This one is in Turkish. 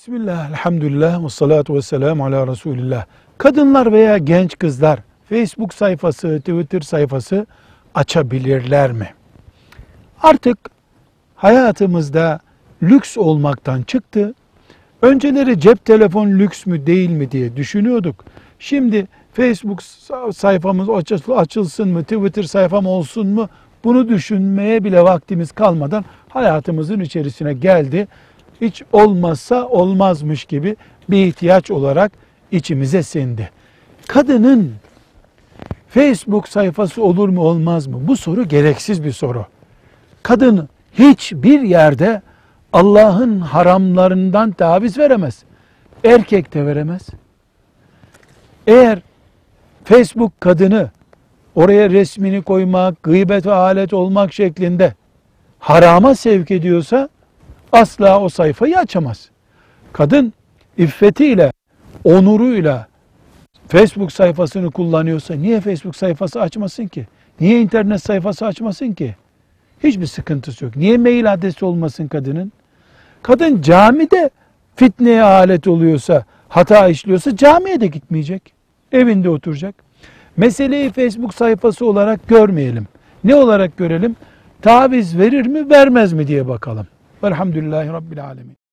Bismillah, elhamdülillah, ve salatu ve selamu ala Resulillah. Kadınlar veya genç kızlar Facebook sayfası, Twitter sayfası açabilirler mi? Artık hayatımızda lüks olmaktan çıktı. Önceleri cep telefon lüks mü değil mi diye düşünüyorduk. Şimdi Facebook sayfamız açılsın mı, Twitter sayfam olsun mu, bunu düşünmeye bile vaktimiz kalmadan hayatımızın içerisine geldi. Hiç olmazsa olmazmış gibi bir ihtiyaç olarak içimize sindi. Kadının Facebook sayfası olur mu olmaz mı? Bu soru gereksiz bir soru. Kadın hiçbir yerde Allah'ın haramlarından taviz veremez. Erkek de veremez. Eğer Facebook kadını oraya resmini koymak, gıybet ve alet olmak şeklinde harama sevk ediyorsa asla o sayfayı açamaz. Kadın iffetiyle, onuruyla Facebook sayfasını kullanıyorsa niye Facebook sayfası açmasın ki? Niye internet sayfası açmasın ki? Hiçbir sıkıntısı yok. Niye mail adresi olmasın kadının? Kadın camide fitneye alet oluyorsa, hata işliyorsa camiye de gitmeyecek. Evinde oturacak. Meseleyi Facebook sayfası olarak görmeyelim. Ne olarak görelim? Taviz verir mi, vermez mi diye bakalım. Velhamdülillahi Rabbil Alemin.